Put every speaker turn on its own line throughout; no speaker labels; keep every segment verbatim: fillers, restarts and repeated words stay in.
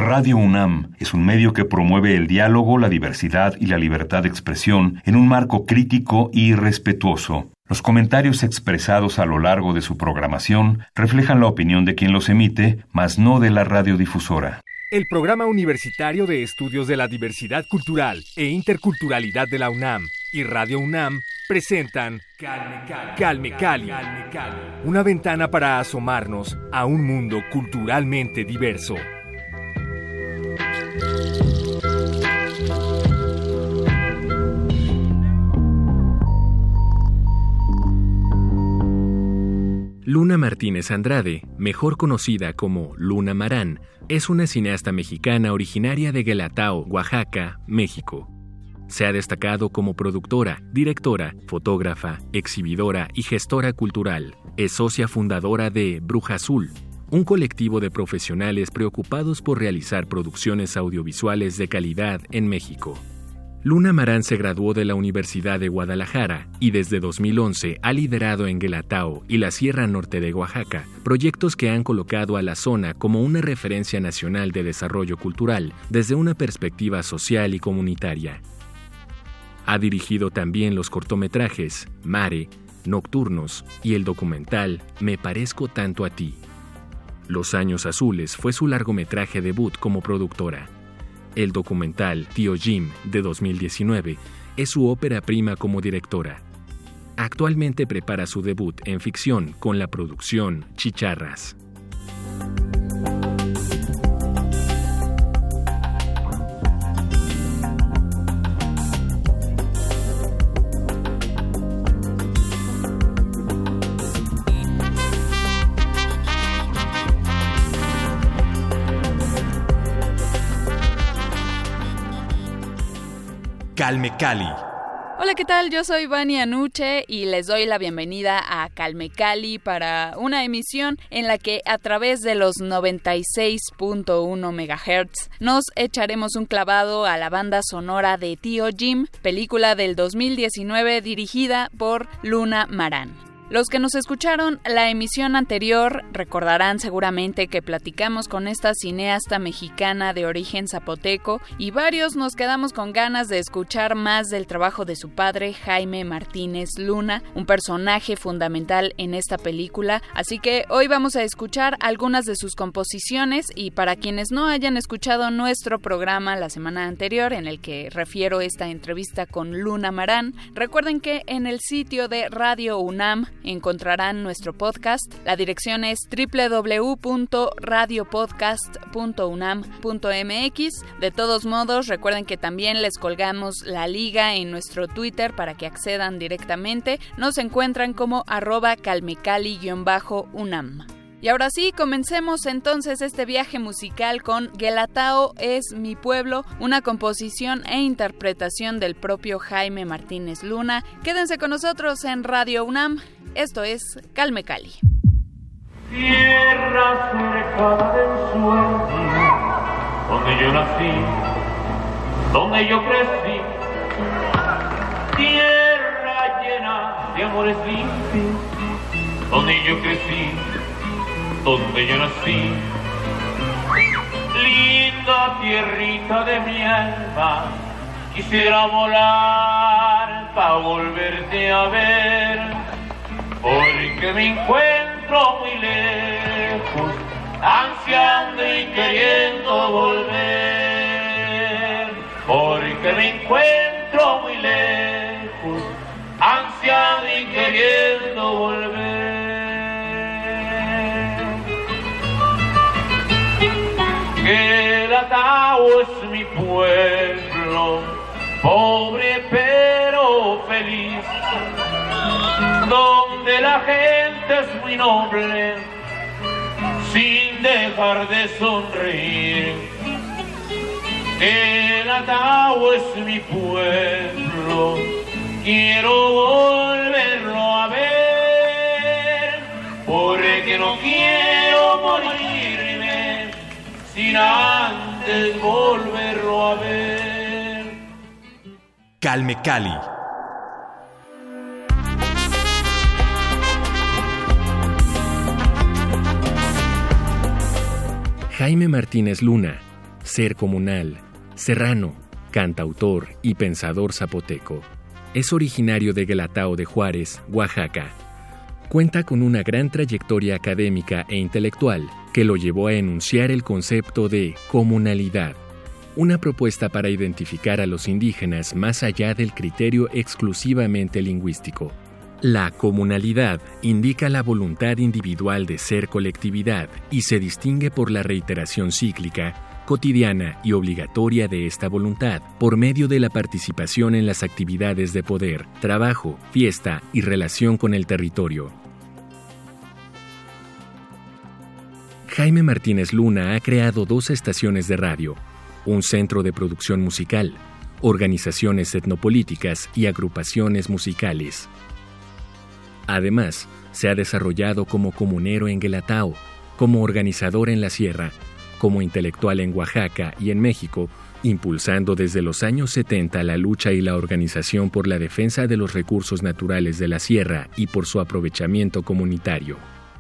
Radio UNAM es un medio que promueve el diálogo, la diversidad y la libertad de expresión en un marco crítico y respetuoso. Los comentarios expresados a lo largo de su programación reflejan la opinión de quien los emite, mas no de la radiodifusora.
El Programa Universitario de Estudios de la Diversidad Cultural e Interculturalidad de la UNAM y Radio UNAM presentan Calme Cali, una ventana para asomarnos a un mundo culturalmente diverso. Luna Martínez Andrade, mejor conocida como Luna Marán, es una cineasta mexicana originaria de Guelatao, Oaxaca, México. Se ha destacado como productora, directora, fotógrafa, exhibidora y gestora cultural. Es socia fundadora de Bruja Azul, un colectivo de profesionales preocupados por realizar producciones audiovisuales de calidad en México. Luna Marán se graduó de la Universidad de Guadalajara y desde dos mil once ha liderado en Guelatao y la Sierra Norte de Oaxaca proyectos que han colocado a la zona como una referencia nacional de desarrollo cultural desde una perspectiva social y comunitaria. Ha dirigido también los cortometrajes Mare, Nocturnos y el documental Me parezco tanto a ti. Los Años Azules fue su largometraje debut como productora. El documental Tío Jim, de dos mil diecinueve, es su ópera prima como directora. Actualmente prepara su debut en ficción con la producción Chicharras.
Calme Cali.
Hola, ¿qué tal? Yo soy Vani Anuche y les doy la bienvenida a Calme Cali para una emisión en la que a través de los noventa y seis punto uno megahertz nos echaremos un clavado a la banda sonora de Tío Jim, película del dos mil diecinueve dirigida por Luna Marán. Los que nos escucharon la emisión anterior recordarán seguramente que platicamos con esta cineasta mexicana de origen zapoteco y varios nos quedamos con ganas de escuchar más del trabajo de su padre, Jaime Martínez Luna, un personaje fundamental en esta película. Así que hoy vamos a escuchar algunas de sus composiciones y para quienes no hayan escuchado nuestro programa la semana anterior en el que refiero esta entrevista con Luna Marán, recuerden que en el sitio de Radio UNAM encontrarán nuestro podcast. La dirección es doble u doble u doble u punto radio podcast punto unam punto m x. De todos modos, recuerden que también les colgamos la liga en nuestro Twitter para que accedan directamente. Nos encuentran como arroba calmecali-unam. Y ahora sí, comencemos entonces este viaje musical con Guelatao es mi pueblo, una composición e interpretación del propio Jaime Martínez Luna. Quédense con nosotros en Radio UNAM. Esto es Calme Cali.
Tierra cercada del sueño, donde yo nací, donde yo crecí. Tierra llena de amores limpios, donde yo crecí, donde yo nací. Linda tierrita de mi alma, quisiera volar pa' volverte a ver, porque me encuentro muy lejos, ansiando y queriendo volver, porque me encuentro muy lejos, ansiando y queriendo volver. Guelatao es mi pueblo, pobre pero feliz, donde la gente es muy noble, sin dejar de sonreír. Guelatao es mi pueblo, quiero volverlo a ver, porque no quiero morirme sin antes volverlo a ver.
Calme Cali.
Jaime Martínez Luna ser comunal, serrano, cantautor y pensador zapoteco. Es originario de Guelatao de Juárez, Oaxaca. Cuenta con una gran trayectoria académica e intelectual que lo llevó a enunciar el concepto de comunalidad, una propuesta para identificar a los indígenas más allá del criterio exclusivamente lingüístico. La comunalidad indica la voluntad individual de ser colectividad y se distingue por la reiteración cíclica, cotidiana y obligatoria de esta voluntad por medio de la participación en las actividades de poder, trabajo, fiesta y relación con el territorio. Jaime Martínez Luna ha creado dos estaciones de radio, un centro de producción musical, organizaciones etnopolíticas y agrupaciones musicales. Además, se ha desarrollado como comunero en Guelatao, como organizador en la Sierra, como intelectual en Oaxaca y en México, impulsando desde los años setenta la lucha y la organización por la defensa de los recursos naturales de la Sierra y por su aprovechamiento comunitario.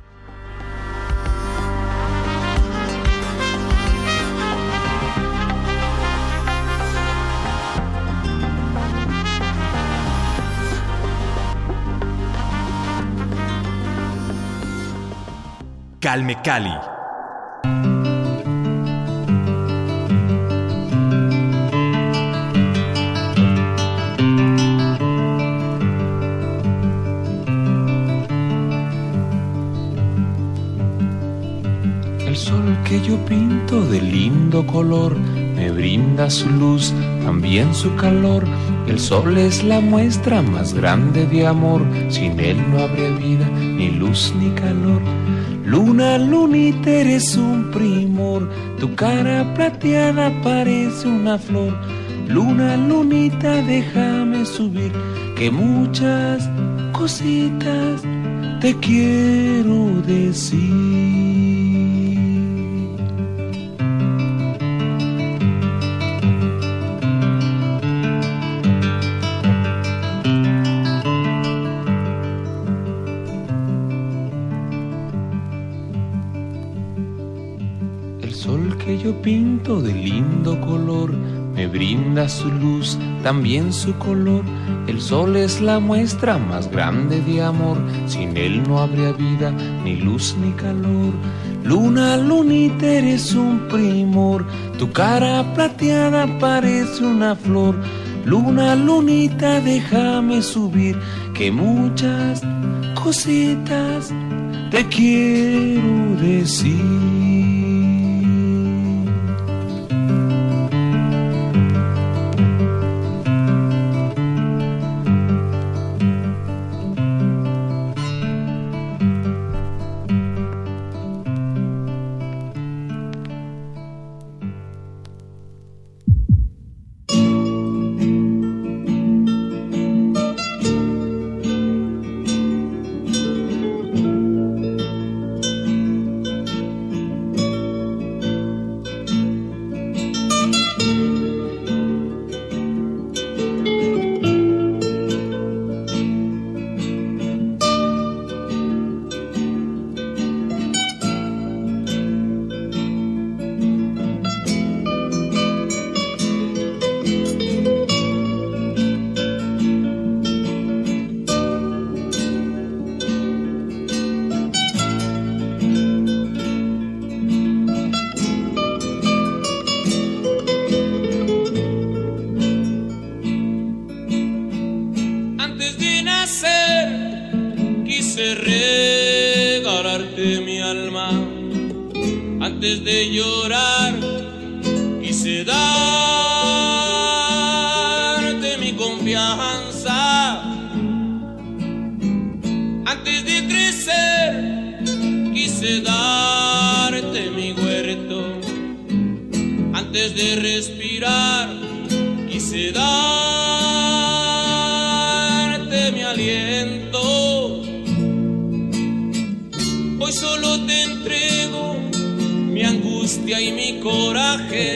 Calme Cali.
El sol que yo pinto de lindo color me brinda su luz, también su calor. El sol es la muestra más grande de amor, sin él no habría vida, ni luz ni calor. Luna, lunita, eres un primor, tu cara plateada parece una flor. Luna, lunita, déjame subir, que muchas cositas te quiero decir. Yo pinto de lindo color, me brinda su luz, también su color. El sol es la muestra más grande de amor, sin él no habría vida, ni luz ni calor. Luna, lunita, eres un primor, tu cara plateada parece una flor. Luna, lunita, déjame subir, que muchas cositas te quiero decir.
Antes de llorar quise darte mi confianza. Antes de crecer quise darte mi huerto. Antes de respirar quise darte mi aliento. Hoy solo te entrego mi angustia y mi coraje,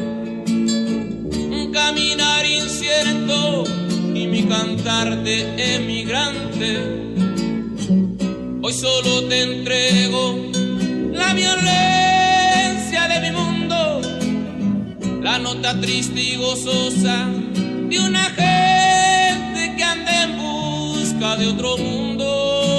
un caminar incierto y mi cantar de emigrante. Hoy solo te entrego la violencia de mi mundo, la nota triste y gozosa de una gente que anda en busca de otro mundo.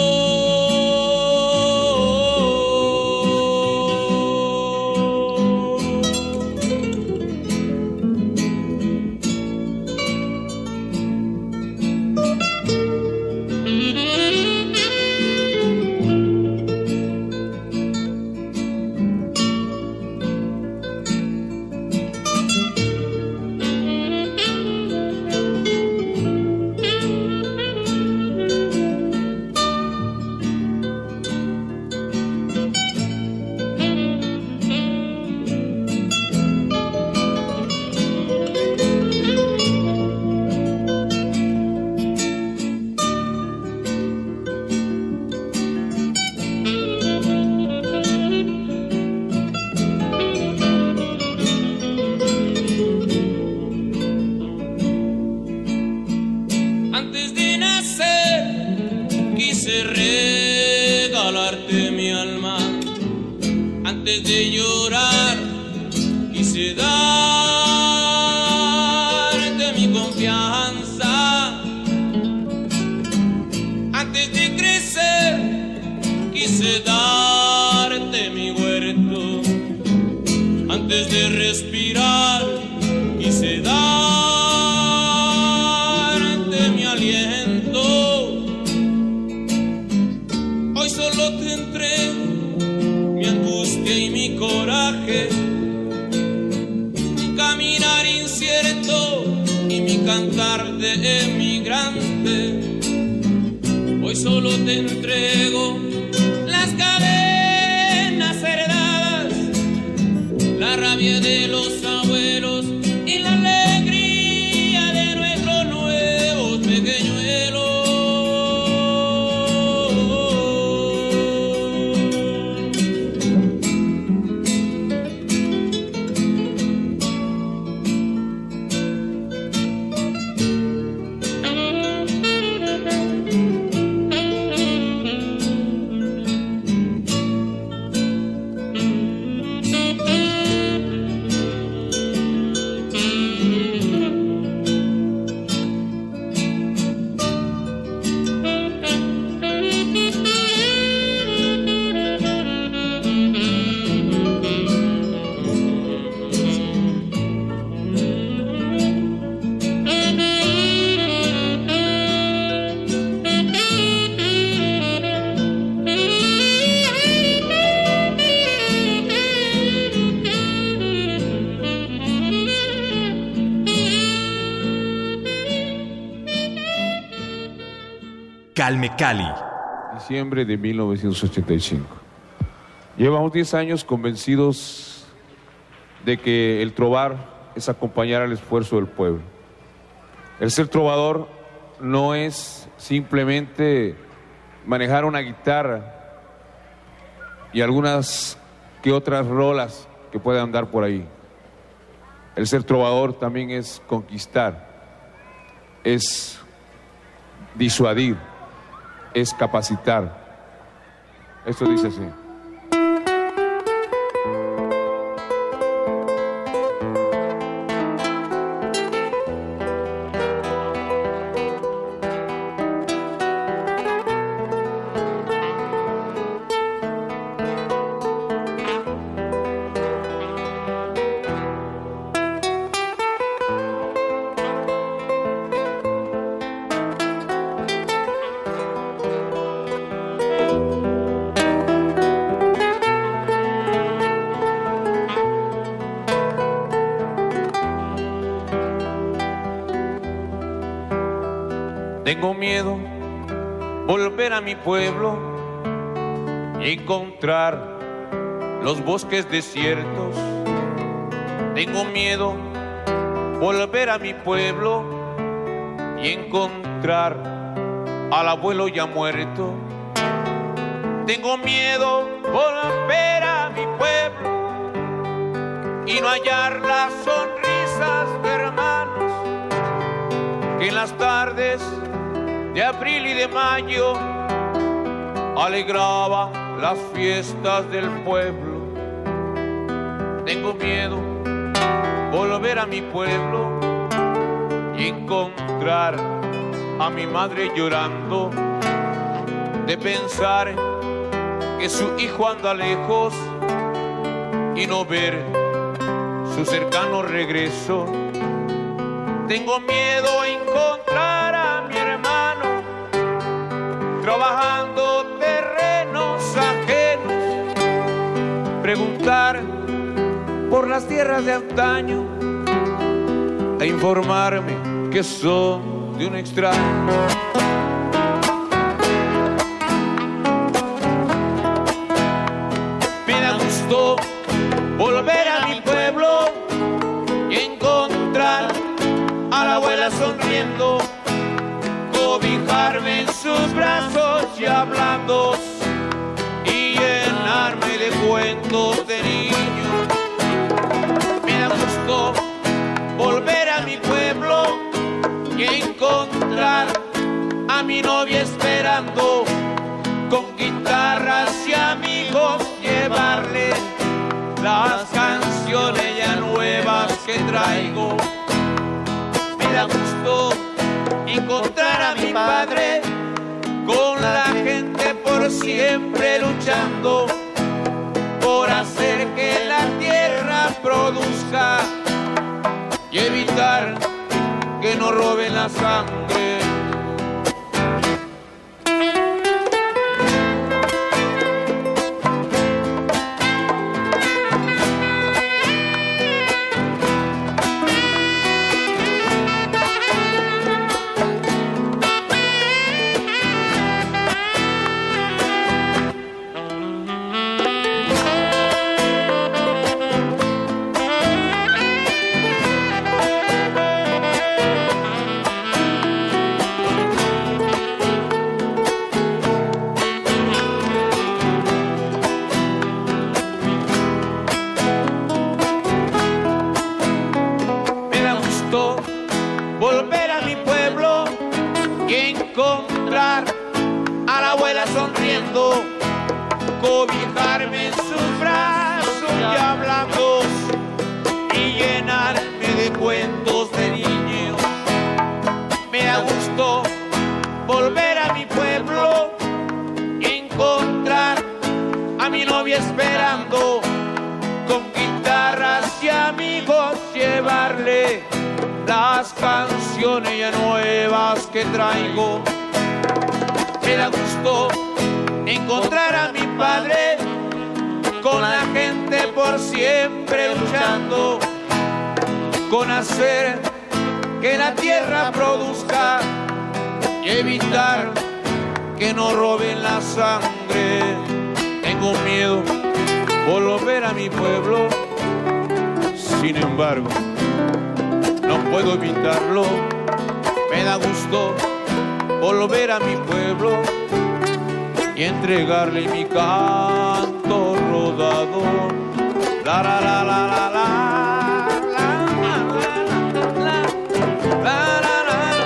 Calme Cali.
Diciembre de mil novecientos ochenta y cinco. Llevamos diez años convencidos de que el trovar es acompañar al esfuerzo del pueblo. El ser trovador no es simplemente manejar una guitarra y algunas que otras rolas que puedan andar por ahí. El ser trovador también es conquistar, es disuadir, es capacitar. Esto dice así.
Tengo miedo volver a mi pueblo y encontrar los bosques desiertos. Tengo miedo volver a mi pueblo y encontrar al abuelo ya muerto. Tengo miedo volver a mi pueblo y no hallar las sonrisas de hermanos que en las tardes de abril y de mayo alegraba las fiestas del pueblo. Tengo miedo volver
volver a mi pueblo y encontrar a mi madre llorando, de pensar que su hijo anda lejos y no ver su cercano regreso. Tengo miedo a encontrar a mi hermano trabajando terrenos ajenos, preguntar por las tierras de antaño e informarme que son de un extraño. Me da gusto volver a mi pueblo y encontrar a la abuela sonriendo, cobijarme en sus brazos y hablando y llenarme de cuentos de niño. Me da gusto volver a mi pueblo y encontrar a mi novia esperando, con guitarras y amigos llevarle las canciones ya nuevas que traigo. Me da gusto encontrar a mi padre con la gente por siempre luchando por hacer que la tierra produzca y evitar que nos roben la sangre. Cobijarme en sus brazos y hablando y llenarme de cuentos de niños. Me da gusto volver a mi pueblo y encontrar a mi novia esperando, con guitarras y amigos llevarle las canciones ya nuevas que traigo. Me da gusto encontrar a mi padre con la gente por siempre luchando, con hacer que la tierra produzca y evitar que nos roben la sangre. Tengo miedo volver a mi pueblo, sin embargo no puedo evitarlo. Me da gusto volver a mi pueblo y entregarle mi canto rodado. La la la la la la la la la la.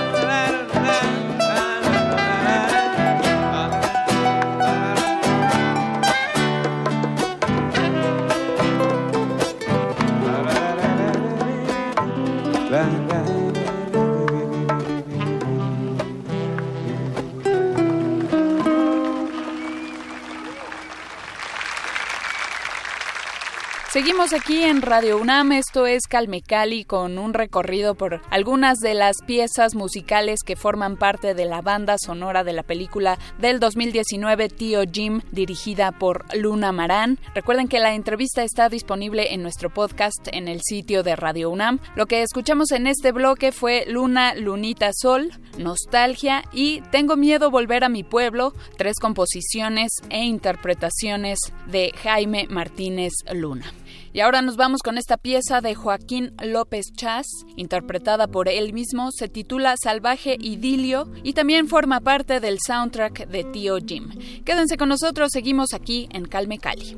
Seguimos aquí en Radio UNAM, esto es Calme Cali, con un recorrido por algunas de las piezas musicales que forman parte de la banda sonora de la película del dos mil diecinueve Tío Jim, dirigida por Luna Marán. Recuerden que la entrevista está disponible en nuestro podcast en el sitio de Radio UNAM. Lo que escuchamos en este bloque fue Luna, Lunita, Sol, Nostalgia y Tengo miedo volver a mi pueblo, tres composiciones e interpretaciones de Jaime Martínez Luna. Y ahora nos vamos con esta pieza de Joaquín López Chas, interpretada por él mismo, se titula Salvaje Idilio y también forma parte del soundtrack de Tío Jim. Quédense con nosotros, seguimos aquí en Calme Cali.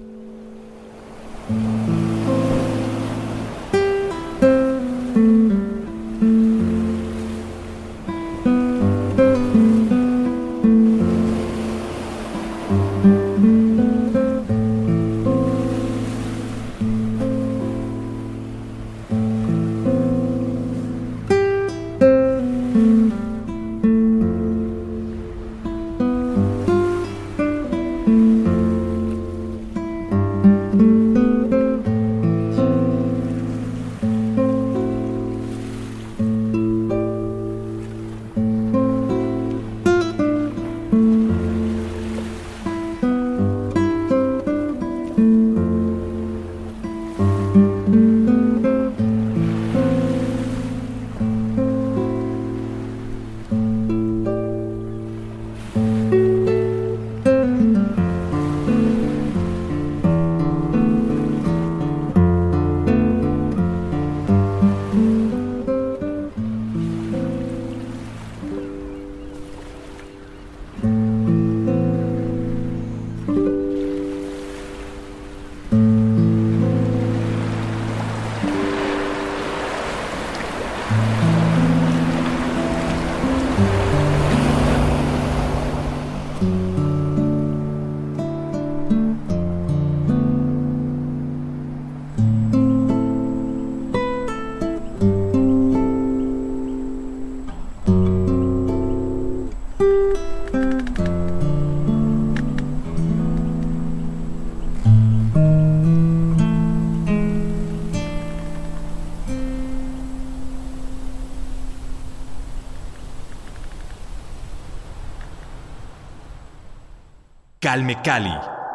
Calme Cali.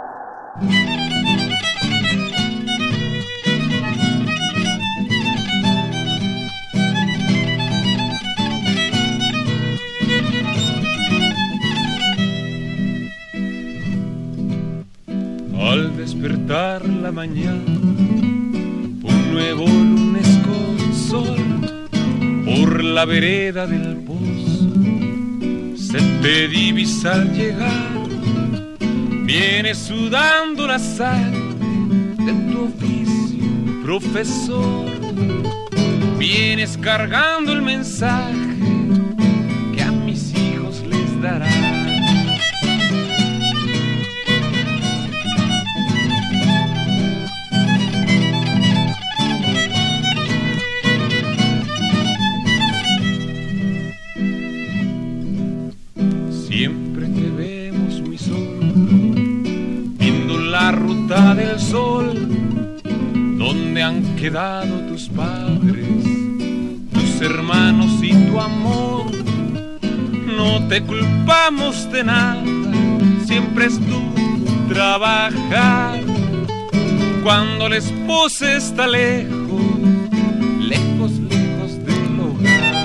Al despertar la mañana, un nuevo lunes con sol, por la vereda del pozo, se te divisa al llegar. Vienes sudando la sal de tu oficio, profesor. Vienes cargando el mensaje que a mis hijos les darás. Siempre te vemos muy solo, viendo la ruta del sol, donde han quedado tus padres, tus hermanos y tu amor. No te culpamos de nada, siempre es tu trabajar. Cuando la esposa está lejos, lejos, lejos del hogar.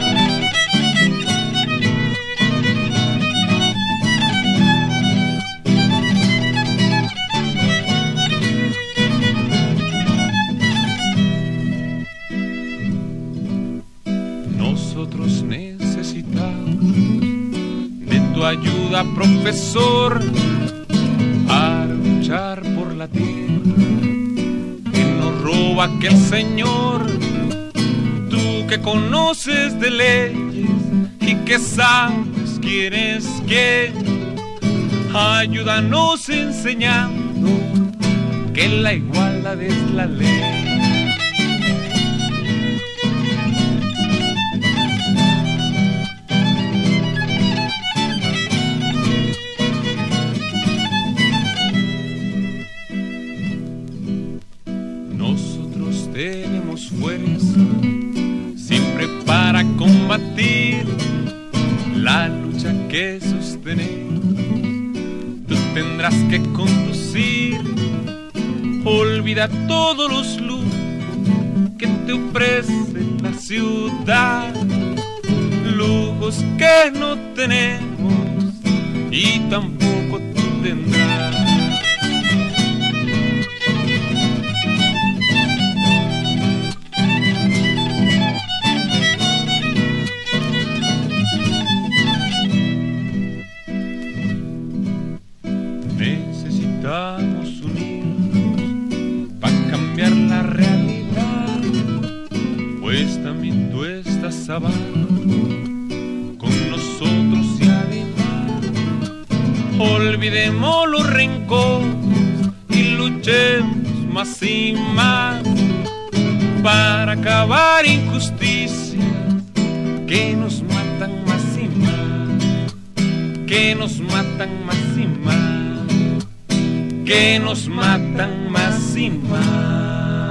Nosotros necesitamos de tu ayuda, profesor, a luchar por la tierra que nos roba aquel señor. Tú que conoces de leyes y que sabes quién es quién, ayúdanos enseñando que la igualdad es la ley. Tenemos fuerza siempre para combatir la lucha que sostenemos. Tú tendrás que conducir, olvida todos los lujos que te ofrece la ciudad, lujos que no tenemos y tampoco tú tendrás. Necesitamos unirnos para cambiar la realidad, pues también tú estás abajo con nosotros y además olvidemos los rencores y luchemos más y más para acabar injusticias que nos matan más y más, que nos matan más y más, que nos matan más y más.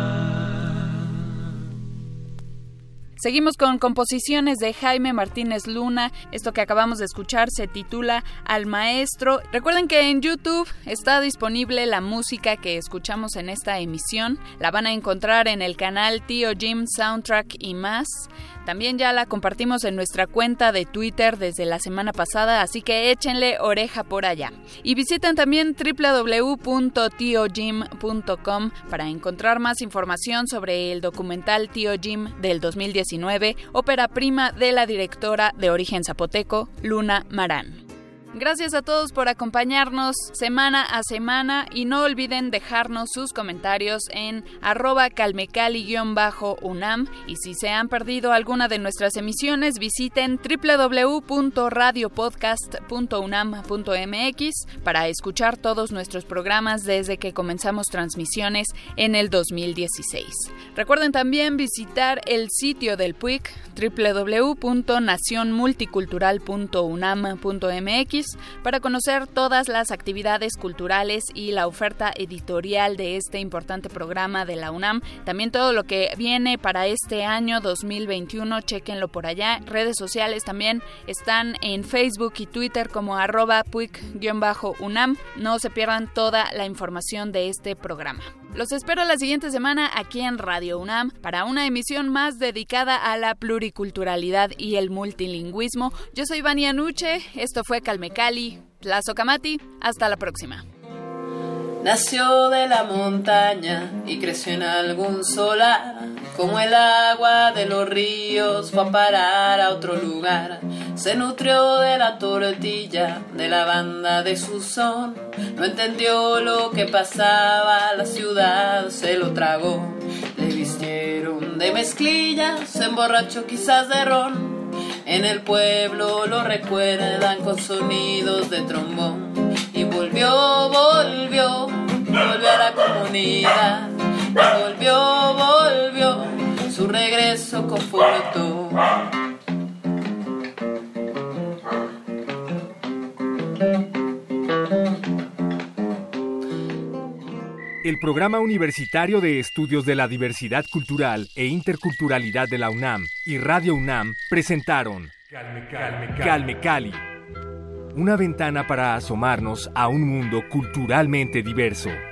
Seguimos con composiciones de Jaime Martínez Luna. Esto que acabamos de escuchar se titula Al Maestro. Recuerden que en YouTube está disponible la música que escuchamos en esta emisión. La van a encontrar en el canal Tío Jim Soundtrack y más. También ya la compartimos en nuestra cuenta de Twitter desde la semana pasada, así que échenle oreja por allá. Y visiten también doble u doble u doble u punto tío jim punto com para encontrar más información sobre el documental Tío Jim del dos mil diecinueve, ópera prima de la directora de origen zapoteco, Luna Marán. Gracias a todos por acompañarnos semana a semana y no olviden dejarnos sus comentarios en arroba calmecali-unam y si se han perdido alguna de nuestras emisiones visiten doble u doble u doble u punto radio podcast punto unam punto m x para escuchar todos nuestros programas desde que comenzamos transmisiones en el dos mil dieciséis. Recuerden también visitar el sitio del P U I C doble u doble u doble u punto nación multicultural punto unam punto m x Notice para conocer todas las actividades culturales y la oferta editorial de este importante programa de la UNAM. También todo lo que viene para este año dos mil veintiuno, chéquenlo por allá. Redes sociales también están en Facebook y Twitter como arroba puic-unam. No se pierdan toda la información de este programa. Los espero la siguiente semana aquí en Radio UNAM para una emisión más dedicada a la pluriculturalidad y el multilingüismo. Yo soy Vania Nuche, esto fue Calme Cali, Plazo Camati, hasta la próxima.
Nació de la montaña y creció en algún solar, como el agua de los ríos fue a parar a otro lugar. Se nutrió de la tortilla, de la banda de su son, no entendió lo que pasaba, la ciudad se lo tragó. Le vistieron de mezclilla, se emborrachó quizás de ron, en el pueblo lo recuerdan con sonidos de trombón. Y volvió, volvió, volvió a la comunidad. Y volvió, volvió, su regreso confortó.
El Programa Universitario de Estudios de la Diversidad Cultural e Interculturalidad de la UNAM y Radio UNAM presentaron Calme Cali. Calme Cali. Una ventana para asomarnos a un mundo culturalmente diverso.